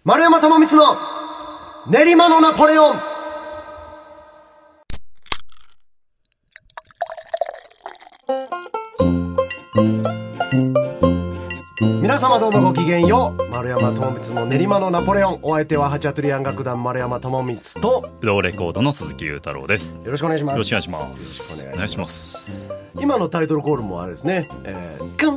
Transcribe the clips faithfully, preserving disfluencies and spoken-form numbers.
丸山智光の練馬のナポレオン。皆様どうもごきげんよう。丸山智光の練馬のナポレオン。お相手はハチャトゥリアン楽団丸山智光とブドウレコードの鈴木裕太郎です。 よろしくお願いします。 よろしくお願いします。 よろしくお願いします。今のタイトルコールもあれですね、えー、ガン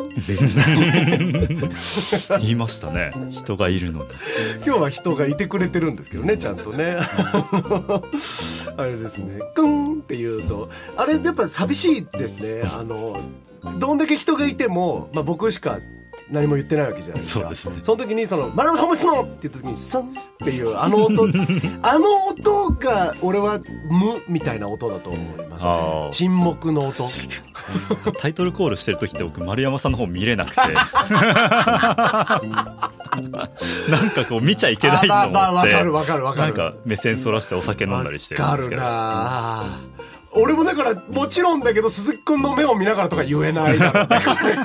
って言いましたね。人がいるのに。 今日は人がいてくれてるんですけどね、ちゃんとねあれですね、ガンって言うとあれやっぱ寂しいですね。あのどんだけ人がいても、まあ、僕しか何も言ってないわけじゃないですか。 そうですね。 その時にその丸山智光のって言った時にサンっていうあの音あの音が俺は無みたいな音だと思いますね。沈黙の音タイトルコールしてる時って僕丸山さんの方見れなくてなんかこう見ちゃいけないと思って、 まあまあわかるわかるわかる。 なんか目線そらしてお酒飲んだりしてるんですけど。わかるな。 俺もだからもちろんだけど鈴木くんの目を見ながらとか言えないだろうね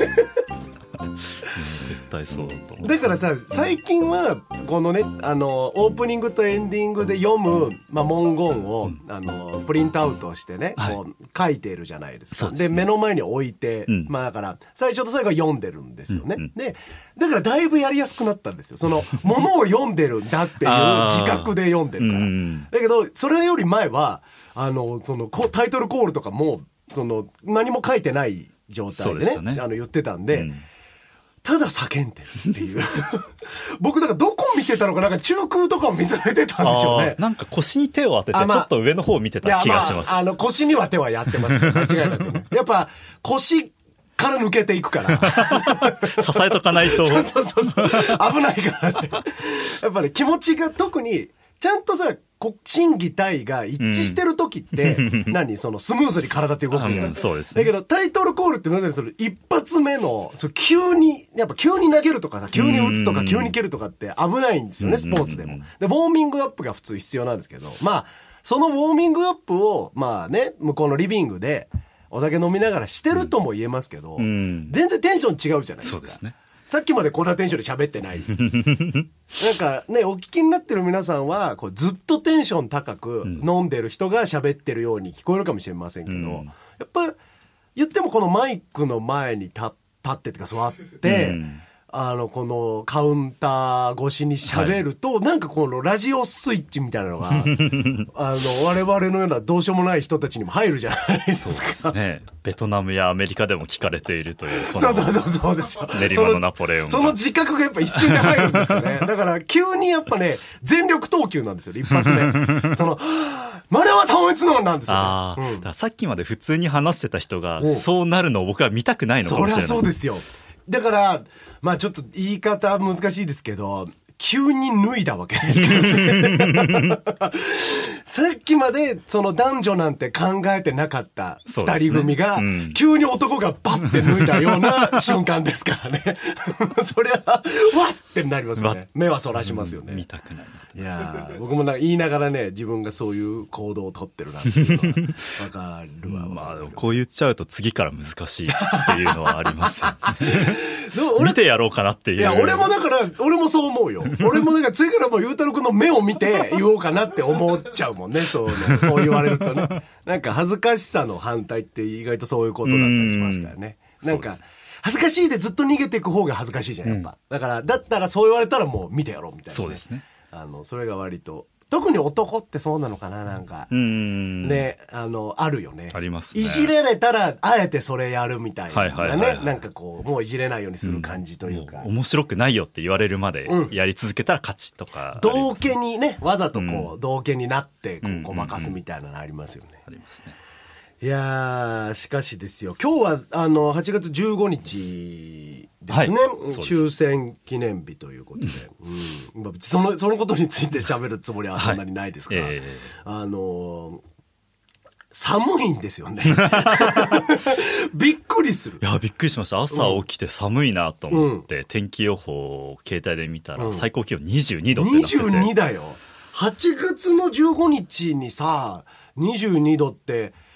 絶対そうだと思う。 だからさ、最近はこのね、あのオープニングとエンディングで読む、まあ、文言を、うん、あのプリントアウトしてね、はい、こう書いているじゃないですか。 で, す、ね、で目の前に置いて、うん、まあだから最初と最後は読んでるんですよね、うんうん、でだからだいぶやりやすくなったんですよ。そのものを読んでるんだっていう自覚で読んでるからうん、だけどそれより前はあのそのタイトルコールとかもその何も書いてない状態で ね, であの言ってたんで、うん、ただ叫んでるっていう僕だからどこ見てたのか、なんか中空とかを見つめてたんでしょうね。 なんか腰に手を当ててちょっと上の方を見てた気がします。 まあ、あの腰には手はやってます間違いなくね。やっぱ腰から抜けていくから支えとかないとそうそうそうそう危ないからね。やっぱり、ね、気持ちが特にちゃんとさ心技体が一致してる時って、うん、何そのスムーズに体って動くじゃん、うん、 そうですね。 だけどタイトルコールってまさにその一発目のそ急にやっぱ急に投げるとかさ、急に打つとか急に蹴るとかって危ないんですよね、スポーツでも。でウォーミングアップが普通必要なんですけど、まあそのウォーミングアップをまあね向こうのリビングでお酒飲みながらしてるとも言えますけど、うん、全然テンション違うじゃないですか。 そうですね。 さっきまでこんなテンションで喋ってないなんかね、お聞きになってる皆さんはこうずっとテンション高く飲んでる人が喋ってるように聞こえるかもしれませんけど、うん、やっぱ言ってもこのマイクの前に立ってってか座って、うん、あのこのカウンター越しに喋ると、はい、なんかこのラジオスイッチみたいなのがあの我々のようなどうしようもない人たちにも入るじゃないですか。 そうですね。ベトナムやアメリカでも聞かれているというこのそうそうそうそうですよ。 練馬のナポレオンがそ, その自覚がやっぱ一瞬で入るんですよね。だから急にやっぱね全力投球なんですよ一発目その丸山智光のなんですよ、ね、 あ、うん、だからさっきまで普通に話してた人がそうなるのを僕は見たくないのかもしれない。 そりゃそうですよ。だからまあちょっと言い方難しいですけど急に脱いだわけですからねさっきまでその男女なんて考えてなかった二人組が、ね、うん、急に男がバッて脱いだような瞬間ですからねそりゃわってなりますよね。目はそらしますよね、 うん、見たくない。 いや僕もなんか言いながらね自分がそういう行動を取ってるなっていうのは分かるわ。 まあこう言っちゃうと次から難しいっていうのはありますよ見てやろうかなっていう。 いや俺もだから俺もそう思うよ俺もだから次からもうゆうたろうくんの目を見て言おうかなって思っちゃうもんね。そうね、そう言われるとねなんか恥ずかしさの反対って意外とそういうことだったりしますからね。なんか恥ずかしいでずっと逃げていく方が恥ずかしいじゃんやっぱ、うん、だからだったらそう言われたらもう見てやろうみたいな、ね、 そうですね。 あのそれが割と特に男ってそうなのかな、なんかうんね、あのあるよね。 ありますね。 いじれれたらあえてそれやるみたいなね、はいはいはいはい、なんかこうもういじれないようにする感じというか、 うん、面白くないよって言われるまでやり続けたら勝ちとか、 うん、道家にねわざとこう、うん、道家になってこうごまかすみたいなのありますよね、うんうんうん、 ありますね。 いやしかしですよ、今日はあのはちがつじゅうごにちですね、はい、終戦記念日ということで、うん、そのそのことについて喋るつもりはそんなにないですが、はい、えー、あの寒いんですよねびっくりする。 いやびっくりしました。朝起きて寒いなと思って、うん、天気予報を携帯で見たら、うん、最高気温にじゅうにどってなってて、にじゅうにだよ。はちがつのじゅうごにちにさにじゅうにどって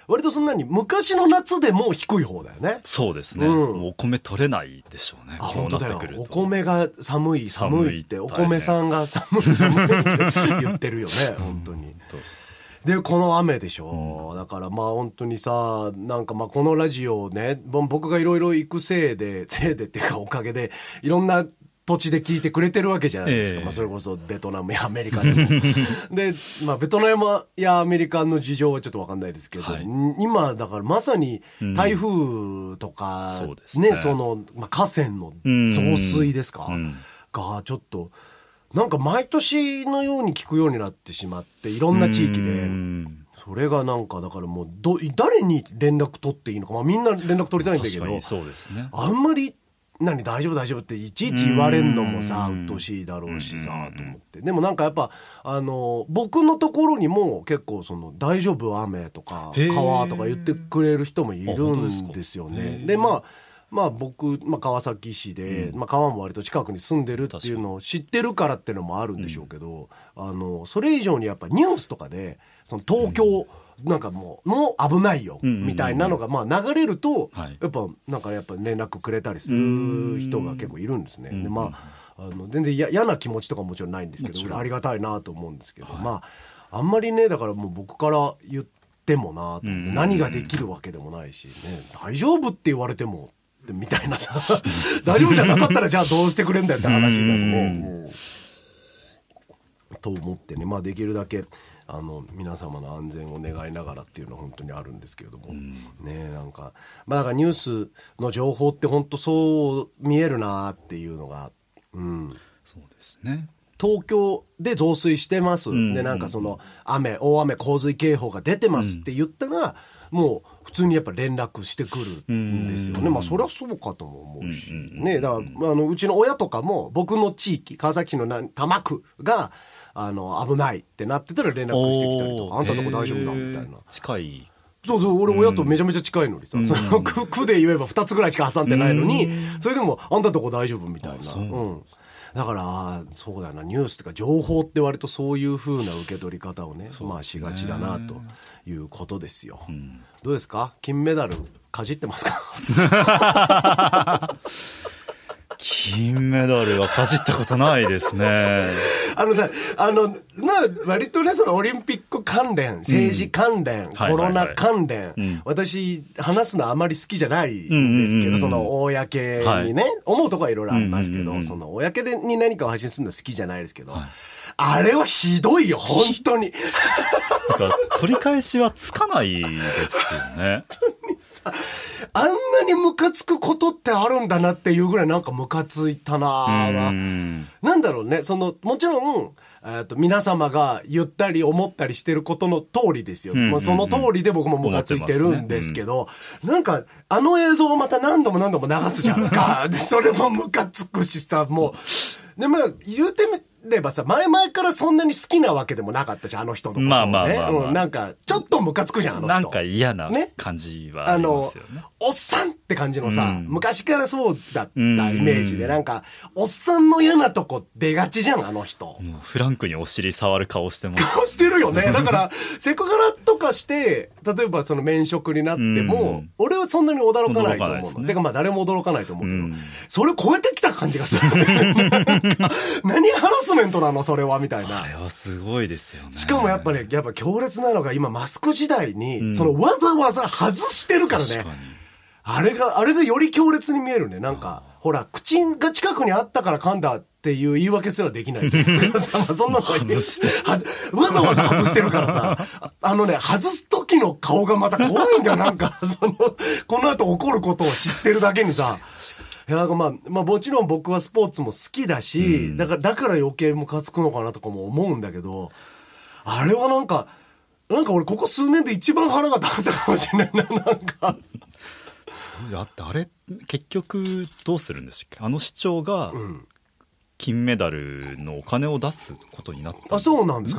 割とそんなに昔の夏でも低い方だよね。 そうですね、 うん、 もうお米取れないでしょうね。 あ、 こうなってくると。 本当だよ。お米が寒い寒いってお米さんが寒い寒いって言ってるよね本当に。でこの雨でしょ、うん、だからまあ本当にさ、なんかまあこのラジオね、僕がいろいろ行くせいでせいでっていうかおかげでいろんな土地で聞いてくれてるわけじゃないですか、えーまあ、それこそベトナムやアメリカでもで、まあ、ベトナムやアメリカの事情はちょっと分かんないですけど、はい、今だからまさに台風とか、うん、そうですね、ね、その、まあ、河川の増水ですか、うん、がちょっとなんか毎年のように聞くようになってしまって、いろんな地域で、それがなんかだからもうど誰に連絡取っていいのか、まあ、みんな連絡取りたいんだけど、そうですね、あんまり何大丈夫大丈夫っていちいち言われんのもさうっとうしいだろうしさと思って、でもなんかやっぱあの僕のところにも結構その大丈夫雨とか川とか言ってくれる人もいるんですよね。でまあまあ僕、まあ、川崎市で、うんまあ、川も割と近くに住んでるっていうのを知ってるからっていうのもあるんでしょうけど、うん、あのそれ以上にやっぱニュースとかでその東京なんかもう、もう危ないよみたいなのがまあ流れると、やっぱなんかやっぱ連絡くれたりする人が結構いるんですね。でまあ、あの全然嫌な気持ちとかもちろんないんですけど、ありがたいなと思うんですけど、はい、まああんまりねだからもう僕から言ってもなと思って、何ができるわけでもないしね、大丈夫って言われてもみたいなさ大丈夫じゃなかったらじゃあどうしてくれんだよって話だと思うと思ってね、まあできるだけあの皆様の安全を願いながらっていうのは本当にあるんですけれども、うん、ね、なんかまあだからニュースの情報って本当そう見えるなっていうのが、うん、 そうですね。 東京で増水してます、うん、でなんかその雨大雨洪水警報が出てますって言ったら、うん、もう普通にやっぱ連絡してくるんですよね、うん、まあそりゃそうかとも思うし、うん、ね、だからあのうちの親とかも僕の地域川崎市の多摩区があの危ないってなってたら連絡してきたりとか、あんたとこ大丈夫だみたいな。 近い。 そうそう、俺親とめちゃめちゃ近いのにさ、うん、その 区, 区で言えばふたつぐらいしか挟んでないのに、それでもあんたとこ大丈夫みたいな。うん、だからそうだよな、ニュースとか情報って割とそういう風な受け取り方をね、まあしがちだなということですよ、うん、どうですか、金メダルかじってますか金メダルはかじったことないですねあのさ、あのまあ割とねそのオリンピック関連、政治関連、うん、コロナ関連、はいはいはい、私話すのあまり好きじゃないんですけど、うんうんうん、その公にね、はい、思うとこはいろいろありますけど、うんうんうん、その公でに何かを発信するのは好きじゃないですけど、はい、あれはひどいよ本当になんか取り返しはつかないですよね本当にさ、あんなにムカつくことってあるんだなっていうぐらいなんかムカついたなは、んなんだろうね、そのもちろんえと皆様が言ったり思ったりしてることの通りですよ、うんうんうん、もうその通りで僕もムカついてるんですけど、ね、うん、なんかあの映像をまた何度も何度も流すじゃんかでそれもムカつくしさ、もうでも言うてみればさ、前々からそんなに好きなわけでもなかったじゃん、あの人のことをね。まあまあまあまあ、うん、なんかちょっとムカつくじゃん、あの人。 なんか嫌な感じはありますよね。あのおっさんって感じのさ、うん、昔からそうだったイメージで、なんかおっさんの嫌なとこ出がちじゃん、あの人。もうフランクにお尻触る顔してます、ね。 顔してるよね。だからセクハラとかして例えばその免職になっても、うん、俺はそんなに驚かないと思うの。ね、てかまあ誰も驚かないと思うけど、うん、それを超えてきた感じがする、ね。何ハラスメントなのそれはみたいな。 あれはすごいですよね。 しかもやっぱね、やっぱ強烈なのが今マスク時代に、うん、そのわざわざ外してるからね。確かに。あれがあれがより強烈に見えるね。なんかほら口が近くにあったから噛んだっていう言い訳すらできない。そんなの外してわざわざ外してるからさ、あのね外す時の顔がまた怖いんだよ。なんかそのこの後起こることを知ってるだけにさ。いやまあまあ、もちろん僕はスポーツも好きだし、うん、だからだから余計ムカつくのかなとかも思うんだけど、あれはなんかなんか俺ここ数年で一番腹が立ったかもしれないな。なんかそうだって、あれ結局どうするんでしたっけ、あの市長が金メダルのお金を出すことになった、うん、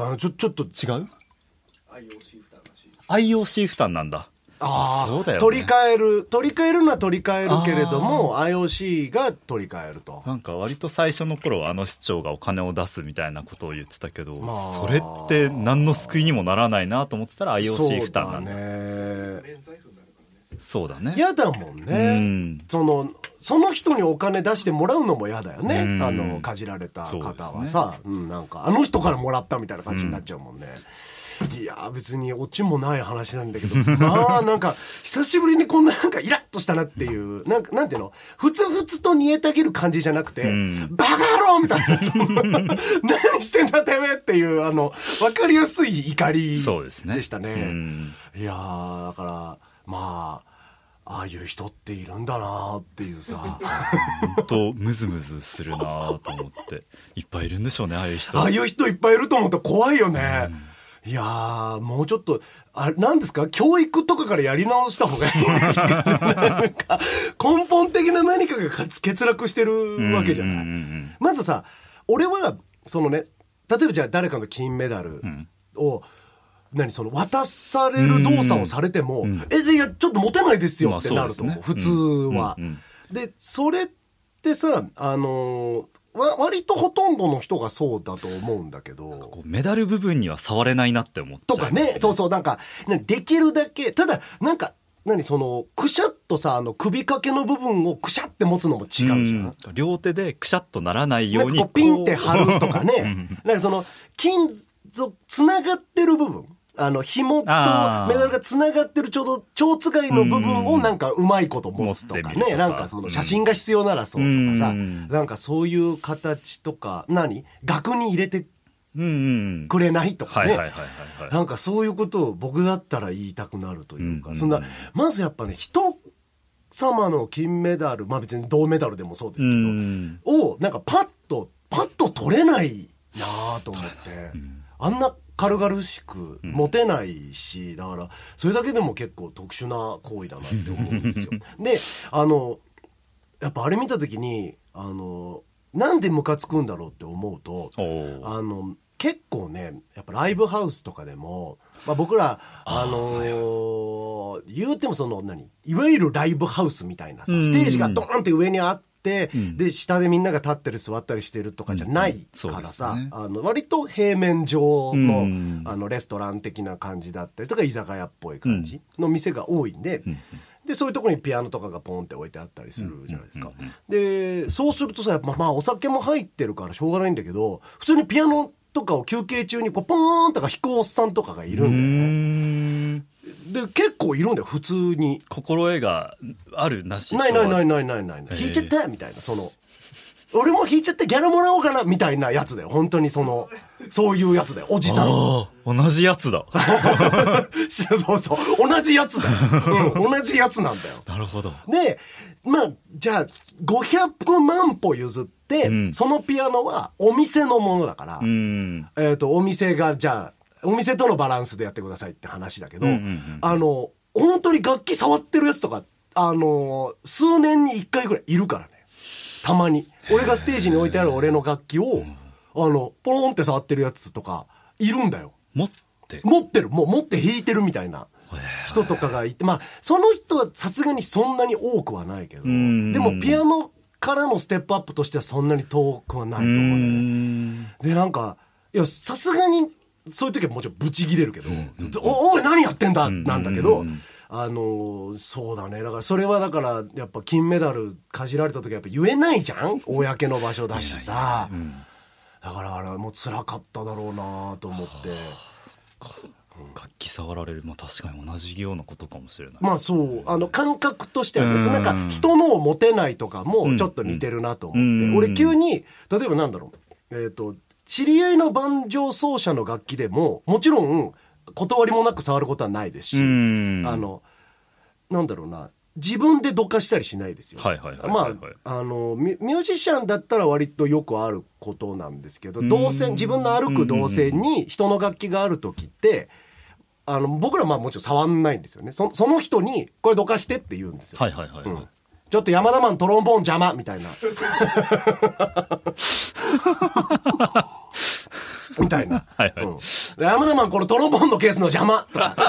あそうなんですか、ちょちょっと違うアイオーシー 負担らしい。 アイオーシー 負担なんだ。 ああ、 そうだよね。 取り替える、取り替えるのは取り替えるけれども、アイオーシー が取り替えると。 なんか割と最初の頃はあの市長がお金を出すみたいなことを言ってたけど、まあ、それって何の救いにもならないなと思ってたら アイオーシー 負担なんだ。そうだね。そうだね。 嫌だもんね。うん、その、その人にお金出してもらうのも嫌だよね。うん、あの、かじられた方はさ、う、ね、うん、なんか、あの人からもらったみたいな感じになっちゃうもんね。うん、いや別にオチもない話なんだけど、まあなんか久しぶりにこんななんかイラッとしたなっていう、なんかなんていうの、ふつふつと煮えたぎる感じじゃなくて、うん、バカ野郎みたいな何してんだてめえっていうあの分かりやすい怒りでしたね。うん、いやーだからまあ。ああいう人っているんだなっていうさ本当ムズムズするなと思っていっぱいいるんでしょうね、ああいう人。 ああいう人いっぱいいると思うと怖いよね。うん、いやーもうちょっとあなんですか、教育とかからやり直した方がいいんですか、ね、なんか根本的な何かが欠落してるわけじゃない。うんうんうん、まずさ、俺はそのね、例えばじゃあ誰かの金メダルを、うん、何その渡される動作をされても、うん、えいやちょっと持てないですよってなると思う、まあ、そうですね、普通は。うんうんうん、でそれってさ、あのー、わ割とほとんどの人がそうだと思うんだけど、なんかこうメダル部分には触れないなって思っちゃいますね。 とかね、そうそう、なんかできるだけ、ただなんか何そのくしゃっとさ、あの首掛けの部分をくしゃって持つのも違うじゃん。うん、 両手でくしゃっとならないようになんかこうピンって貼るとかねなんかその金属つながってる部分、あの紐とメダルがつながってるちょうど蝶つがいの部分をなんかうまいこと持つとかね、なんかその写真が必要ならそうとかさ、なんかそういう形とか、何額に入れてくれないとかね、なんかそういうことを僕だったら言いたくなるというか、そんなまずやっぱね、人様の金メダル、まあ別に銅メダルでもそうですけどをなんかパッとパッと取れないなと思って、あんな軽々しく持てないし、うん、だからそれだけでも結構特殊な行為だなって思うんですよ。で、あのやっぱあれ見た時にあのなんでムカつくんだろうって思うと、あの結構ね、やっぱライブハウスとかでも、まあ、僕らあのー、言うてもその何いわゆるライブハウスみたいなさ、ステージがドーンって上にあって、うん、で下でみんなが立ったり座ったりしてるとかじゃないからさ、うんうんね、あの割と平面上の、うん、あのレストラン的な感じだったりとか居酒屋っぽい感じの店が多いんで、うん、でそういうところにピアノとかがポンって置いてあったりするじゃないですか、うんうんうん、でそうするとさ、やっぱまあお酒も入ってるからしょうがないんだけど、普通にピアノとかを休憩中にこうポーンとか弾くおっさんとかがいるんだよね。で結構いるんだよ普通に。 心得があるなしないないないないないない弾いちゃったみたいな、その俺も弾いちゃってギャラもらおうかなみたいなやつだよ本当に。そのそういうやつだよおじさん。 あ同じやつだそうそう同じやつだよ、うん、同じやつなんだよ。 なるほど。 でまあじゃあごひゃくまん歩譲って、うん、そのピアノはお店のものだから、うん、えーとお店がじゃあお店とのバランスでやってくださいって話だけど、うんうんうん、あの本当に楽器触ってるやつとかあの数年にいっかいぐらいいるからね。たまに俺がステージに置いてある俺の楽器をあのポロンって触ってるやつとかいるんだよ。 持って持ってるもう持って弾いてるみたいな人とかがいて、まあその人はさすがにそんなに多くはないけど、でもピアノからのステップアップとしてはそんなに遠くはないと思うんだよね。でなんかいやさすがにそういう時はもちろんブチギレるけど、うんうん、お, おい何やってんだ、うん、なんだけど、あのそうだね、だからそれはだからやっぱ金メダルかじられた時はやっぱ言えないじゃん公の場所だしさ、うん、だからあれもう辛かっただろうなと思って。 楽器触られる、まあ、確かに同じようなことかもしれない。 まあそうあの感覚としてはね、なんか人のを持てないとかもちょっと似てるなと思って、うんうん、俺急に例えばなんだろう、えっと知り合いのバンジョー奏者の楽器でももちろん断りもなく触ることはないですし、うんあのなんだろうな自分でどかしたりしないですよ。まああのミュージシャンだったら割とよくあることなんですけど、動線自分の歩く動線に人の楽器がある時ってあの僕らはまあもちろん触んないんですよね。 そ, その人にこれどかしてって言うんですよ。 はいはいはい、はいうんちょっと山田マントロンボーン邪魔みたいなみたいな。 はいはい。 うん。山田マンこのトロンボーンのケースの邪魔とか。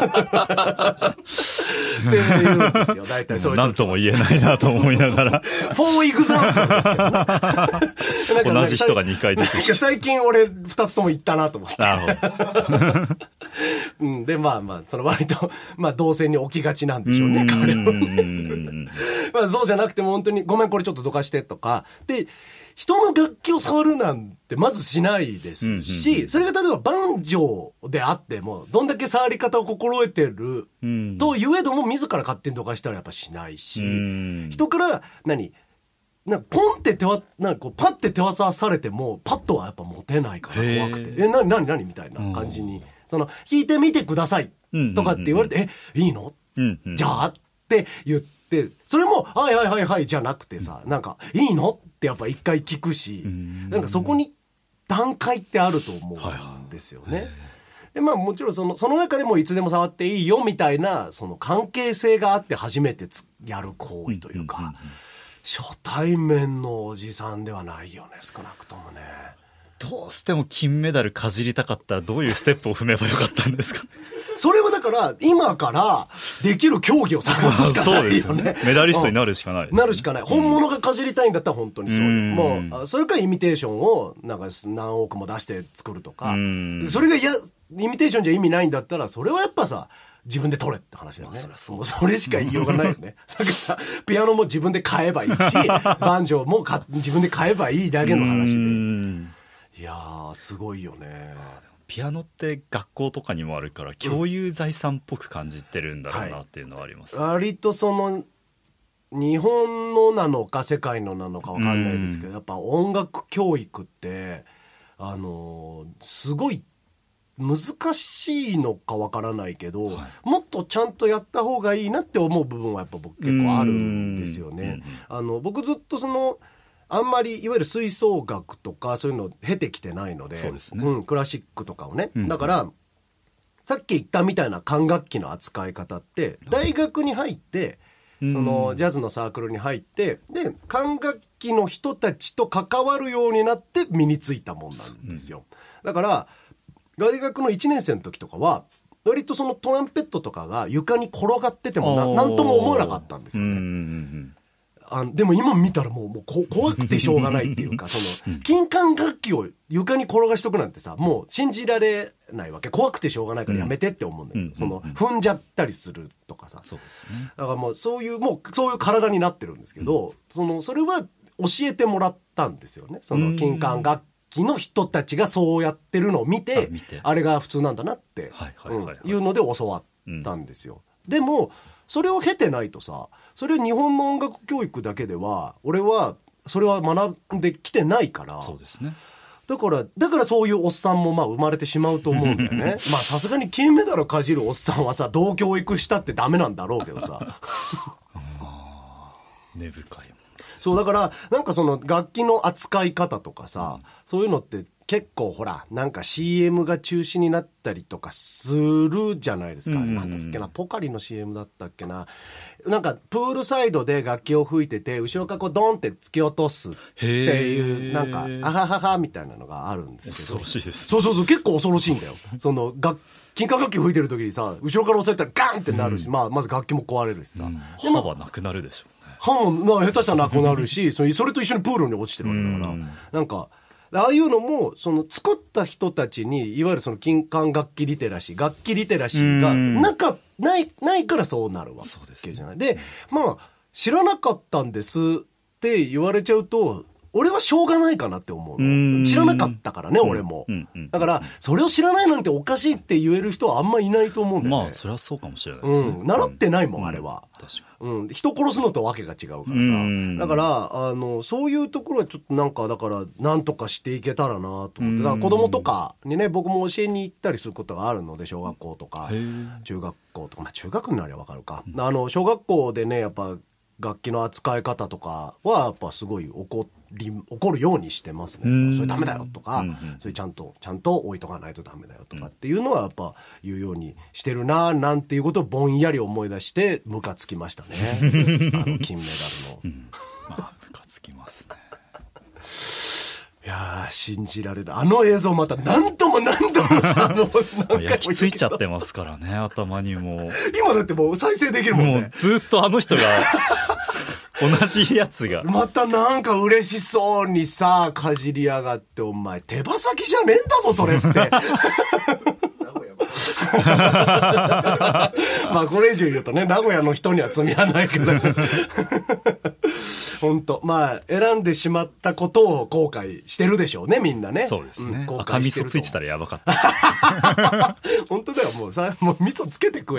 って言うんですよ、大体そういう。 なんとも言えないなと思いながら。 フォーイグザンプルですけどね。 同じ人がにかい出てきて。 最近俺ふたつとも言ったなと思って。 なるほど。 うん、で、まあまあ、その割と、まあ動線に起きがちなんでしょうね、彼は。まあそうじゃなくても本当に、ごめんこれちょっとどかしてとか。で、人の楽器を触るなんてまずしないですし、それが例えばバンジョーであっても、どんだけ触り方を心得てると言えども、自ら勝手にどかしたらやっぱしないし、人から何、なんかポンって手は、なんかこうパッて手渡されても、パッとはやっぱ持てないから怖くて、え、なになになにみたいな感じに、その、弾いてみてくださいとかって言われて、え、いいのじゃあって言って、で、それも、はいはいはいはいじゃなくてさ、なんか、いいのってやっぱ一回聞くし、なんかそこに段階ってあると思うんですよね。で、まあもちろんその、その中でもいつでも触っていいよみたいな、その関係性があって初めてつやる行為というか、初対面のおじさんではないよね、少なくともね。 どうしても金メダルかじりたかったらどういうステップを踏めばよかったんですか？ それはだから今からできる競技を探すしかないよね。そうですよね。 メダリストになるしかない、 ね、なるしかない。本物がかじりたいんだったら本当にそう。もうそれかイミテーションをなんか何億も出して作るとか。それがいやイミテーションじゃ意味ないんだったらそれはやっぱさ。自分で取れって話だよね。まあ、そ, それしか言いようがないよね。だからピアノも自分で買えばいいし、バンジョーもか自分で買えばいいだけの話で。いやーすごいよね。 ピアノって学校とかにもあるから共有財産っぽく感じてるんだろうなっていうのはあります、ね、 はい、割とその日本のなのか世界のなのかわかんないですけど、やっぱ音楽教育ってあのー、すごい難しいのかわからないけど、はい、もっとちゃんとやった方がいいなって思う部分はやっぱ僕結構あるんですよね。あの僕ずっとそのあんまりいわゆる吹奏楽とかそういうのを経てきてないので、そうですね、うん、クラシックとかをね、うん、だからさっき言ったみたいな管楽器の扱い方って大学に入って、はい、そのジャズのサークルに入ってで管楽器の人たちと関わるようになって身についたもんなんですよ。だから大学のいちねん生の時とかは割とそのトランペットとかが床に転がっててもな何とも思わなかったんですよね。うんうんうん、あでも今見たらもう、もうこ怖くてしょうがないっていうかその金管楽器を床に転がしとくなんてさもう信じられないわけ。怖くてしょうがないからやめてって思うんだけど、うん、その踏んじゃったりするとかさ、そうですね、だからもうそういうもうそういう体になってるんですけど、うん、そのそれは教えてもらったんですよね。その金管楽器の人たちがそうやってるのを見て、あ、見てあれが普通なんだなっていうので教わったんですよ。うん、でもそれを経てないとさ、それ日本の音楽教育だけでは俺はそれは学んできてないから。そうですね。だからだからそういうおっさんもまあ生まれてしまうと思うんだよね。まあさすがに金メダルかじるおっさんはさどう教育したってダメなんだろうけどさ。 根深い。 そうだからなんかその楽器の扱い方とかさ、うん、そういうのって結構ほらなんか シーエム が中止になったりとかするじゃないですか。うんうんうん、なんだっけなポカリの シーエム だったっけな。なんかプールサイドで楽器を吹いてて後ろからこうドンって突き落とすっていうなんかあはははみたいなのがあるんですけど。 恐ろしいです。 そうそうそう結構恐ろしいんだよ。その楽金管楽器吹いてる時にさ後ろから押されたらガンってなるし、うん、まあまず楽器も壊れるしさ。うん、 歯はなくなるでしょう。 歯も下手したらなくなるしそれと一緒にプールに落ちてるわけだから、うん、なんかああいうのもその作った人たちにいわゆるその金管楽器リテラシー楽器リテラシーがなんかないないからそうなるわけじゃない。で、ね、まあ知らなかったんですって言われちゃうと俺はしょうがないかなって思うの。知らなかったからね、うん、俺も、うんうん、だからそれを知らないなんておかしいって言える人はあんまいないと思うんだよね。 まあそれはそうかもしれないですね、 うん、習ってないもん、うん、あれは、確かに、うん、人殺すのとわけが違うからさ。だからあのそういうところはちょっとなんかだからなんとかしていけたらなと思って。だから子供とかにね僕も教えに行ったりすることがあるので小学校とか中学校とか、まあ、中学になりゃわかるか、うん、あの小学校でねやっぱ楽器の扱い方とかはやっぱすごい怒り起こるようにしてますね。それダメだよとか、うんうん、それちゃんとちゃんと置いとかないとダメだよとかっていうのはやっぱ言うようにしてるななんていうことをぼんやり思い出してムカつきましたね。あの金メダルの、うん、 まあムカつきますね。 いやー、信じられる。あの映像また何度も何度もさ、もうなんか焼き付いちゃってますからね、頭にも。 今だってもう再生できるもんね。もうずっとあの人が、同じやつが。 またなんか嬉しそうにさ、かじりやがって、お前手羽先じゃねえんだぞ、それって。まあこれ以上言うとね、名古屋の人には罪はないけど。本当まあ選んでしまったことを後悔してるでしょうね、みんなね。 そうですね。うん、赤味噌ついてたらやばかった。 本当だよ、もうさ、もう味噌つけて食え。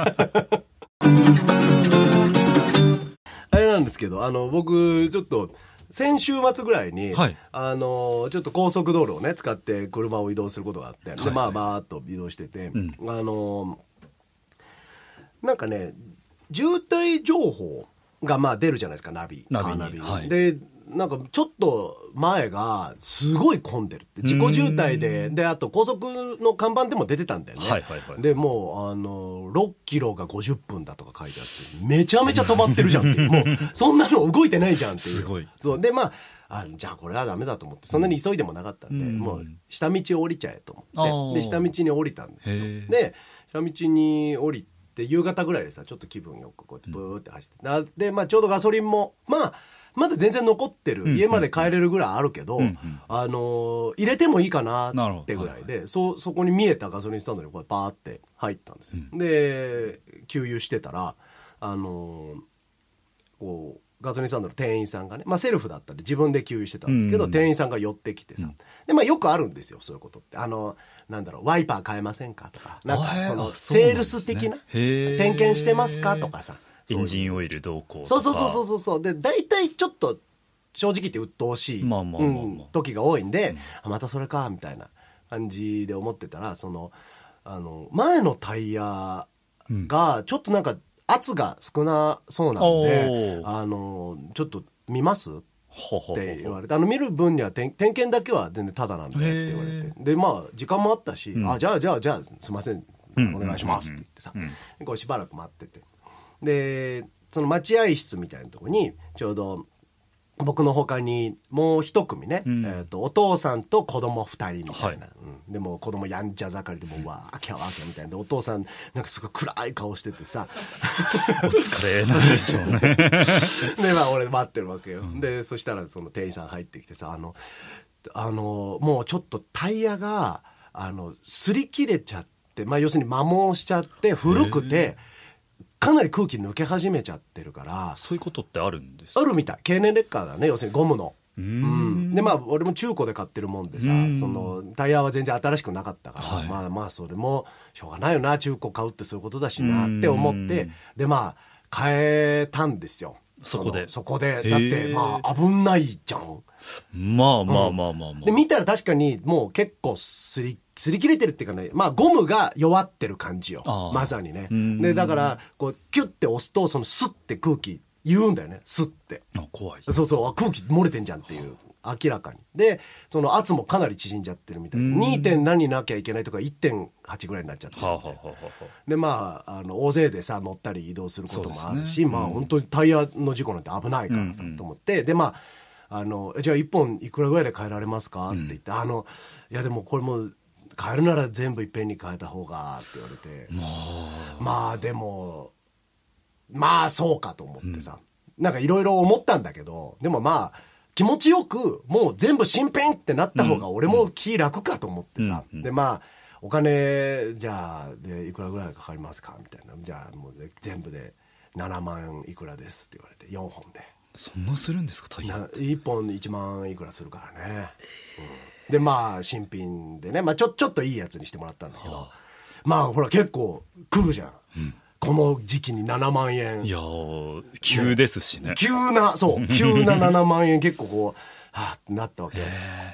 あれなんですけど、あの僕ちょっと先週末ぐらいに、はい、あのちょっと高速道路をね使って車を移動することがあって、はい、でまあバーっと移動してて、うん、あのなんかね渋滞情報がまあ出るじゃないですか、ナビカーナビに、はい、でなんかちょっと前がすごい混んでるって、自己渋滞で、であと高速の看板でも出てたんだよね、はいはいはい、でもうあのろっキロがごじゅっぷんだとか書いてあって、めちゃめちゃ止まってるじゃんっていうもうそんなの動いてないじゃんっていう、 すごい。 そうでまああじゃあこれはダメだと思って、そんなに急いでもなかったんで、うん、もう下道を降りちゃえと思って、で下道に降りたんですよ。で下道に降りて夕方ぐらいでさ、ちょっと気分よくこうやってブーって走って、うん、でまあちょうどガソリンもまあまだ全然残ってる、家まで帰れるぐらいあるけど、うんうん、あのー、入れてもいいかなってぐらいで、はいはい、そそこに見えたガソリンスタンドにこうパーって入ったんですよ、うん、で給油してたらあのー、こうガソリンスタンドの店員さんがね、まあ、セルフだったんで自分で給油してたんですけど、うん、店員さんが寄ってきてさ、うん、でまあ、よくあるんですよそういうことって、あのなんだろう、ワイパー変えませんかとか、なんかそのセールス的な、点検してますかとかさ、 エンジンオイルどうこうとか、そうそうそうそうそうで大体ちょっと正直言って鬱陶しい、まあまあまあまあ、うん、時が多いんで、うん、またそれかみたいな感じで思ってたら、そのあの前のタイヤがちょっとなんか圧が少なそうなんで、うん、あのちょっと見ますって言われて、あの見る分には点検だけは全然タダなんでって言われて、でまあ時間もあったし、うん、あじゃあじゃあじゃあすいません、うん、お願いしますって言ってさ、うんうん、こうしばらく待ってて、でその待合室みたいなところにちょうど僕の他にもう一組ね、うん、えー、とお父さんと子供二人みたいな、はい、うん、でも子供やんちゃ盛りでもうわーキャワーキャみたいなで、お父さんなんかすごい暗い顔しててさお疲れなんでしょうねでまあ俺待ってるわけよ、うん、でそしたらその店員さん入ってきてさ、あのあのもうちょっとタイヤがあの擦り切れちゃって、まあ、要するに摩耗しちゃって古くてかなり空気抜け始めちゃってるから。 そういうことってあるんですか？ あるみたい、経年劣化だね、要するにゴムの。うーん、うん、でまあ俺も中古で買ってるもんでさ、そのタイヤは全然新しくなかったから、はい、まあまあそれもしょうがないよな、中古買うってそういうことだしなって思って、でまあ変えたんですよ、 そこでそこでだってまあ危ないじゃん。 まあまあまあまあまあ、うん、 で見たら確かにもう結構すり擦り切れてるっていうかね、まあゴムが弱ってる感じよ、まさにね。でだからこうキュッて押すとそのスッて空気言うんだよね、スッて。 あ、怖い。 そうそう、空気漏れてんじゃんっていう、明らかに。でその圧もかなり縮んじゃってるみたいな、にてん何になきゃいけないとか いってんはち ぐらいになっちゃってるみたいな。でまあ、あの大勢でさ乗ったり移動することもあるし、ね、まあ本当にタイヤの事故なんて危ないからさ、うんうん、と思って、でまああのじゃあいっぽんいくらぐらいで変えられますか、うん、って言って、あのいやでもこれも変えるなら全部いっぺんに変えた方がって言われて、まあでもまあそうかと思ってさ、うん、なんかいろいろ思ったんだけど、でもまあ気持ちよくもう全部新品ってなった方が俺も気楽かと思ってさ、うんうん、でまあお金じゃあでいくらぐらいかかりますかみたいな、じゃあもう全部でななまんいくらですって言われて、よんほんで。 そんなするんですか、タイヤって。いっぽんいちまんいくらするからね、うん、でまあ新品でね、まあ、ちょ、ちょっといいやつにしてもらったんだけど、はあ、まあほら結構来るじゃん、うん、この時期にななまんえん。 いや急ですしね、 急な、そう急なななまんえん結構こうはあってなったわけよ。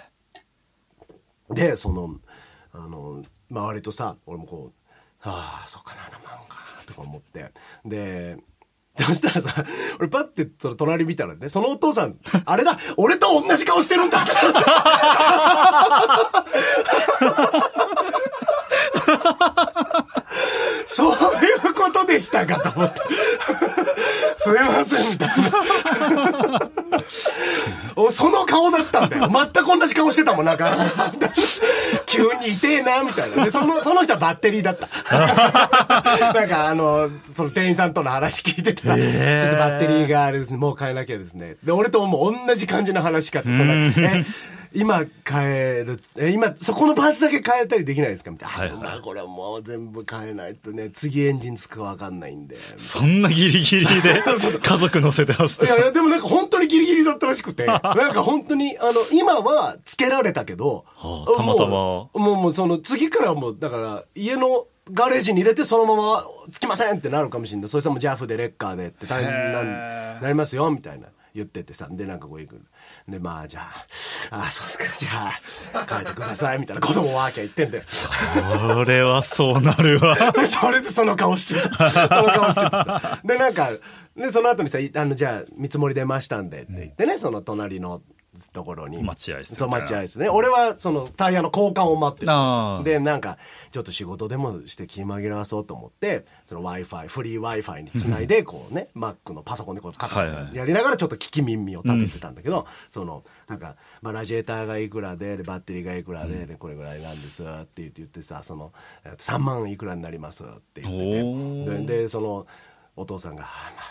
でそのあの周りとさ、俺もこうああそうかなななまんかとか思って、でそしたらさ、俺パッてその隣見たらね、そのお父さん、あれだ、俺と同じ顔してるんだってそういうことでしたかと思ってすいませんみたいなその顔だったんだよ、全く同同じ顔してたもん、なんか。急に痛えな、みたいな。で、その、その人はバッテリーだった。なんかあの、その店員さんとの話聞いてたら、えー、ちょっとバッテリーがあれですね、もう変えなきゃですね。で、俺ともう同じ感じの話かって、そんな、え、今変える、え、今、そこのパーツだけ変えたりできないですかみたいな。はいはい、まあこれはもう全部変えないとね、次エンジンつくかわかんないんで。 そんなギリギリで家族乗せて走ってた。 いやいや、でもなんか本当にギリギリだったらしくて、なんか本当に、あの、今はつけられたけど、 はあ、たまたま。もう、もう、もうその次からもう、だから、家の、ガレージに入れてそのままつきませんってなるかもしれない。そしたらもうジャフでレッカーでって大変な、なりますよ、みたいな言っててさ。で、なんかこう行く。で、まあじゃあ、ああ、そうっすか、じゃあ、帰ってください、みたいな子供ワーキャー言ってんだよ。 それはそうなるわ。 で、それでその顔してた。その顔しててさ。で、なんか、で、その後にさ、あの、じゃあ、見積もり出ましたんでって言ってね、その隣の、ところに待合室、 そう待合室ね。俺はそのタイヤの交換を待ってる。でなんかちょっと仕事でもして気紛らわそうと思ってその Wi-Fi フリー Wi-Fi につないでこうねMac のパソコンでこうカタカタやりながらちょっと聞き耳を立ててたんだけど、うん、そのなんか、まあ、ラジエーターがいくらで、でバッテリーがいくらで、でこれぐらいなんですって言って言ってさそのさんまんいくらになりますって言ってて、で、でそのお父さんがあまあ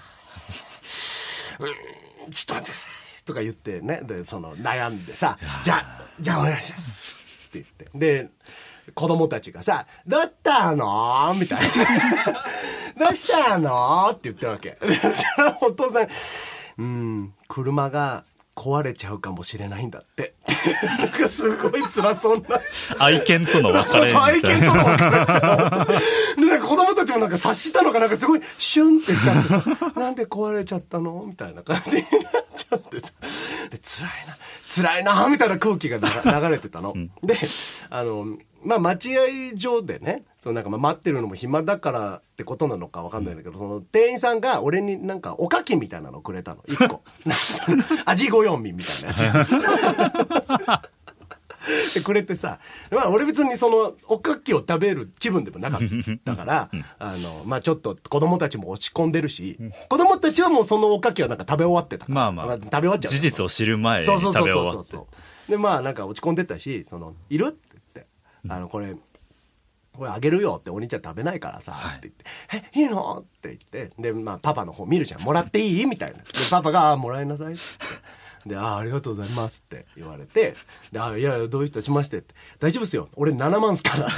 そうかうんちょっと待ってくださいとか言ってね、でその悩んでさ、じゃあじゃあお願いしますって言って、で子供たちがさどうしたのみたいなどうしたのって言ってるわけ。でそしたらお父さんうん車が壊れちゃうかもしれないんだってなんかすごい辛そうな愛犬との別れみたいな。 そうそう愛犬との別れみたいなでなんか子供たちもなんか察したのかなんかすごいシュンってしちゃってさなんで壊れちゃったのみたいな感じになっちゃってさで辛いな辛いなみたいな空気が流れてたの、うん、であのまあ待合所でねそのなんかまあ待ってるのも暇だからってことなのかわかんないんだけど、うん、その店員さんが俺になんかおかきみたいなのくれたのいっこ味ごよみみたいなやつでくれてさ、まあ、俺別にそのおかきを食べる気分でもなかったからあの、まあ、ちょっと子供たちも落ち込んでるし子供たちはもうそのおかきはなんか食べ終わってたから、 まあまあ、まあ、 食べ終わっちゃう事実を知る前に食べ終わってでまあなんか落ち込んでたしそのいるって言ってあのこれこれあげるよってお兄ちゃん食べないからさ、はい、って言ってえいいのって言ってで、まあ、パパの方見るじゃんもらっていいみたいなでパパがもらいなさいってであありがとうございますって言われてであいやいやどういたしましてって大丈夫ですよ俺ななまんすから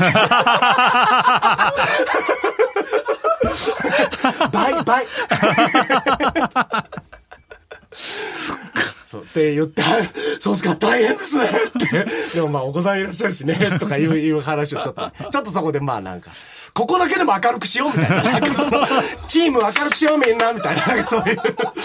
倍倍そっかそうって言ってそうっすか大変ですねってでもまあお子さんいらっしゃるしねとかいういう話をちょっとちょっとそこでまあなんかここだけでも明るくしようみたいななんかそのチーム明るくしようみんなみたいななんかそういう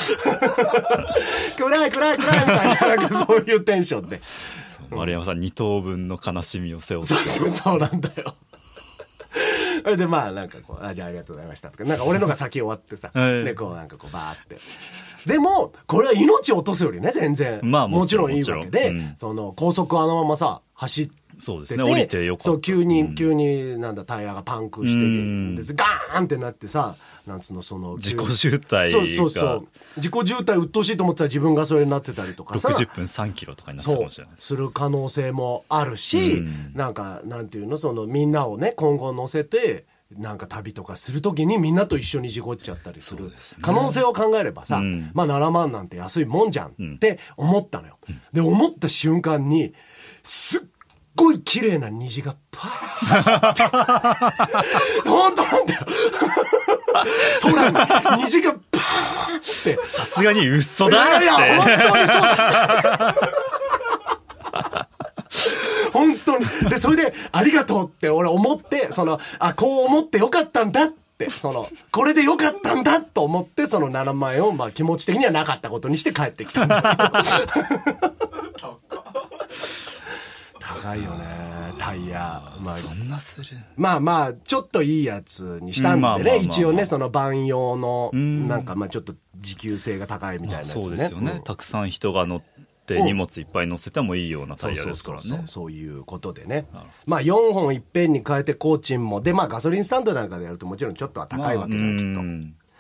暗い暗い暗いみたいななんかそういうテンションで丸山さんに等分の悲しみを背負ってそうそうなんだよそれでまあなんかこうあじゃあありがとうございましたとかなんか俺のが先終わってさ、はい、でこうなんかこうバーってでもこれは命を落とすよりね全然、まあ、もちろんいいわけで、うん、その高速あのままさ走ってそうですね降りてよかった。 そう急に、うん、急になんだタイヤがパンクして、うん、でガーンってなってさなんつうのその自己渋滞がそうそうそう自己渋滞うっとうしいと思ったら自分がそれになってたりとかさろくじゅっぷんさんキロとかになってたかもしれないです。 する可能性もあるし、うん、なんかなんていうのそのみんなをね今後乗せてなんか旅とかするときにみんなと一緒に事故っちゃったりする可能性を考えればさ、うん、まあななまんなんて安いもんじゃんって思ったのよ、うん、で思った瞬間にすっごい綺麗な虹がパーって本当なんだよ空に虹がパーってさすがに嘘だっていやいや本当にそうだった本当にでそれでありがとうって俺思ってそのあこう思ってよかったんだってそのこれでよかったんだと思ってそのななまんえんをまあ気持ち的にはなかったことにして帰ってきたんですけど高いよねタイヤ、 まあ、そんなするまあまあちょっといいやつにしたんでね一応ねその万用のなんかまあちょっと持久性が高いみたいなやつね、 そうですよね、うん、たくさん人が乗ってで荷物いっぱい乗せてもいいようなタイヤですからね。 そうそうそうそう、そういうことでね。まあよんほんいっぺんに変えて工賃もでまあガソリンスタンドなんかでやるともちろんちょっとは高いわけじゃん、まあ、きっと。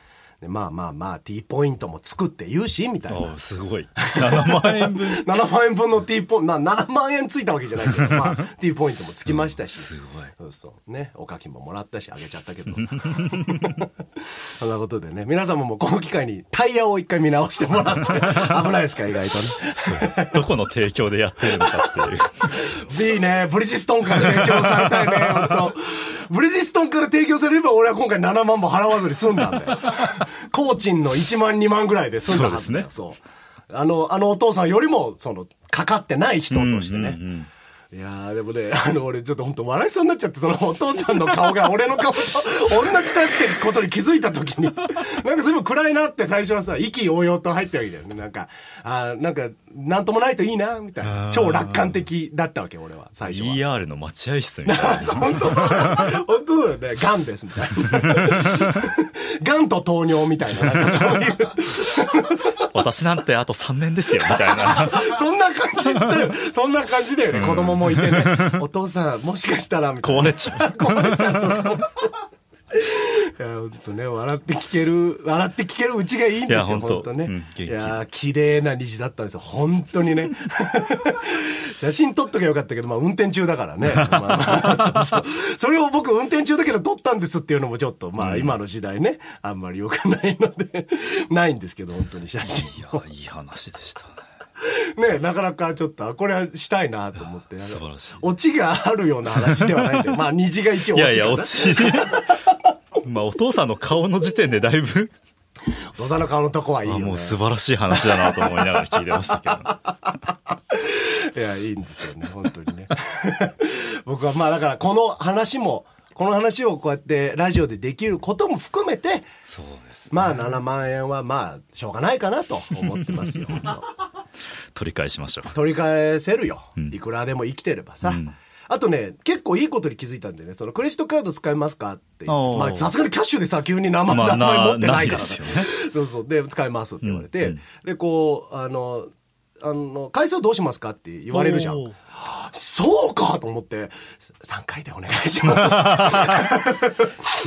でまあまあまあ T ポイントもつくって言うしみたいな。 すごいななまんえんぶんななまんえんぶんの T ポイント、ななまんえんついたわけじゃないけど、まあ T ポイントもつきましたし、 うん、すごいそうそうね、おかきももらったしあげちゃったけどそんなことでね、皆様もこの機会にタイヤを一回見直してもらって危ないですか、意外とね。 そうどこの提供でやってるのかっていう B ね、ブリヂストンから提供されたいね本当。ブリヂストンから提供されれば俺は今回ななまんも払わずに済んだんだよ。コーチンのいちまんにまんぐらいで済んだはずだよ。そうですね。そう。あの、あのお父さんよりも、その、かかってない人としてね。うんうんうん、いやーでもね、あの俺ちょっと本当笑いそうになっちゃって、そのお父さんの顔が俺の顔と同じだってことに気づいた時に、なんか随分暗いなって最初はさ、意気揚々と入ったわけだよね。なんか、あなんか、なんともないといいな、みたいな。超楽観的だったわけ、俺は、最初は。 イーアール の待合室みたいな。 本当そう。本当だよね。ガンです、みたいな。ガンと糖尿みたいな、なんかそういう。 私なんてあとさんねんですよ、みたいな。 そんな感じだよ。そんな感じだよね、子供もいてね。お父さん、もしかしたら、みたいな。 こうねちゃう。 こうねちゃう。いや、ほんとね、笑って聞ける、笑って聞けるうちがいいんですよ、ほんとね。うん、いや、綺麗な虹だったんですよ、本当にね。写真撮っときゃよかったけど、まあ運転中だからね。まあまあ、そうそう。それを僕運転中だけど撮ったんですっていうのもちょっと、まあ今の時代ね、あんまり良くないので、ないんですけど、本当に写真。 いや、いい話でしたね。ね、なかなかちょっと、これはしたいなと思って。 素晴らしい。 オチがあるような話ではないんで、まあ虹が一応オチ。 いやいや、オチ。まあお父さんの顔の時点でだいぶお父さんの顔のとこはいいよね。 もう素晴らしい話だなと思いながら聞いてましたけど。いや、いいんですよね、本当にね。僕はまあだからこの話も、この話をこうやってラジオでできることも含めて、 そうですね、 まあななまんえんはまあしょうがないかなと思ってますよ。 取り返しましょう。 取り返せるよ。いくらでも生きてればさ。うんあとね、結構いいことに気づいたんでね、そのクレジットカード使えますかって言って、まあさすがにキャッシュでさ、急に名前、まあ、名前持ってないから、ね。ですよね。そうそう。で、使えますって言われて、うんうん、で、こう、あの、あの、回数どうしますかって言われるじゃん。そうかと思って、さんかいでお願いします。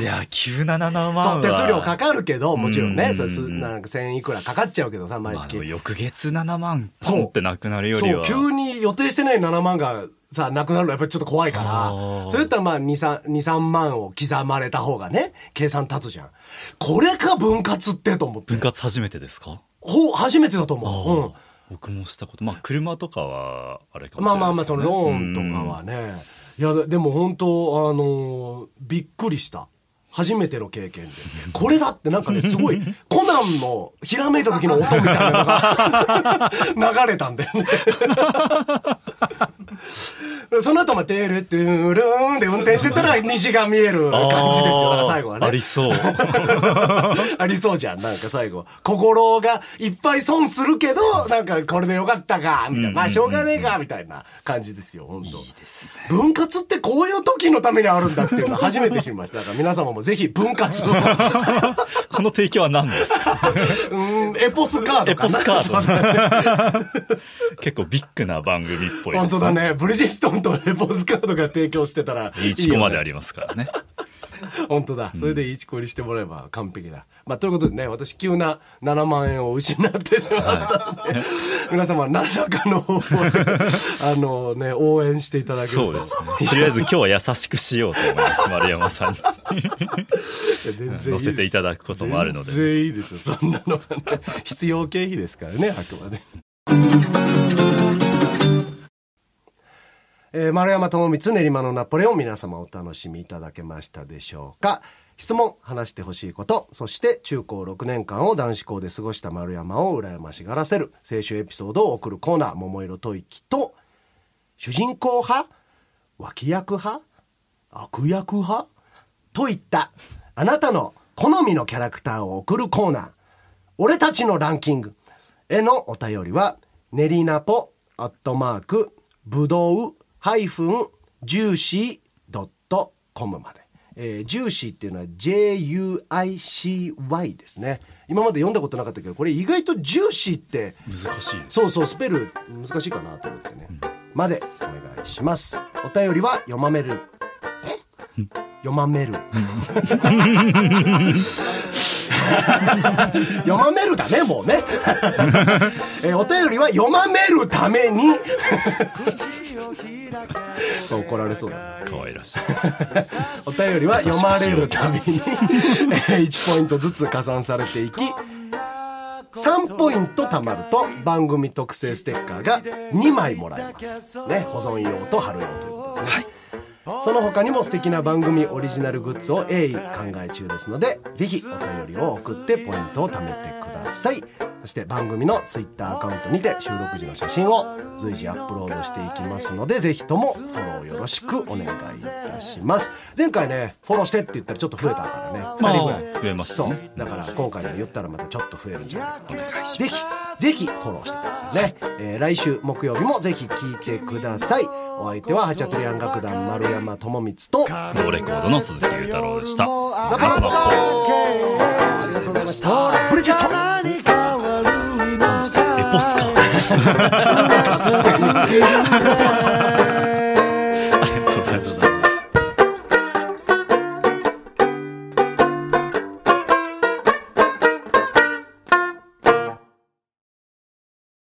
いや、きゅうなななまんは。 そう、手数料かかるけど、もちろんね、それすなんかせんいくらかかっちゃうけどさ、毎月。 まあ、翌月ななまん、ポンってなくなるよりは。 そう、急に予定してないななまんが、さあ、なくなるのはやっぱりちょっと怖いから、それだったらまあに、さんまんを刻まれた方がね、計算立つじゃん。これか分割ってと思って。 分割初めてですか？ ほう、初めてだと思う。うん。 僕もしたこと。まあ、車とかは、あれかもしれないですね。 まあまあまあ、そのローンとかはね。いや、でも本当、あのー、びっくりした。初めての経験で。これだってなんかね、すごい、コナンのひらめいた時の音みたいなのが流れたんだよね。その後まテールトゥールーンで運転してたら虹が見える感じですよ。だから最後はね。 ありそう。 ありそうじゃん。なんか最後。心がいっぱい損するけど、なんかこれでよかったか、みたいな。まあしょうがねえか、みたいな感じですよ。本当。いいですね。分割ってこういう時のためにあるんだっていうのは初めて知りました。だから皆様もぜひ分割を。 この提供は何ですか？ うん、エポスカードかな。 エポスカード。結構ビッグな番組っぽいですね。 本当だね。ブリヂストンとエポスカードが提供してたらいい、ね。 いちこまでありますからね。 本当だ。それでいちこにしてもらえば完璧だ。まあ、ということでね、私急なななまんえんを失ってしまったので、はい、皆様何らかの方法で、あのね、応援していただけると。 そうですね。とりあえず今日は優しくしようと思います、丸山さんに。全然乗せていただくこともあるので。 全然いいですよ。そんなのはね、必要経費ですからね、あくまで。えー、丸山智光練馬のナポレオン、皆様お楽しみいただけましたでしょうか。質問、話してほしいこと、そして中高ろくねんかんを男子校で過ごした丸山を羨ましがらせる青春エピソードを送るコーナー、桃色吐息と、主人公派、脇役派、悪役派といったあなたの好みのキャラクターを送るコーナー、俺たちのランキングへのお便りは練りナポアットマークぶどうハイフンジューシードットコムまで、えー、ジューシーっていうのは ジェイユーアイシーワイ ですね。今まで読んだことなかったけど、これ意外とジューシーって難しい。 そうそう、スペル難しいかなと思ってね、うん、までお願いします。お便りは読まめる読まめる読まめるだね、もうね。えー、お便りは読まめるために。怒られそうだね。 可愛らしいです。 お便りは読まれるためにいちポイントずつ加算されていき、さんポイント貯まると番組特製ステッカーがにまいもらえますね。保存用と貼る用ということでね、はい、その他にも素敵な番組オリジナルグッズを鋭意考え中ですので、ぜひお便りを送ってポイントを貯めてください。そして番組のツイッターアカウントにて収録時の写真を随時アップロードしていきますので、ぜひともフォローよろしくお願いいたします。前回ねフォローしてって言ったらちょっと増えたからね、ふたりぐらい増えましたね。 そうだから今回も言ったらまたちょっと増えるんじゃないかな。お願いします。ぜひぜひフォローしてくださいね、えー、来週木曜日もぜひ聞いてください。お相手はハチャトリアン楽団丸山智光とノーレコードの鈴木裕太郎でした。ラパラパありがとうございました。ブリヂストンエポスカ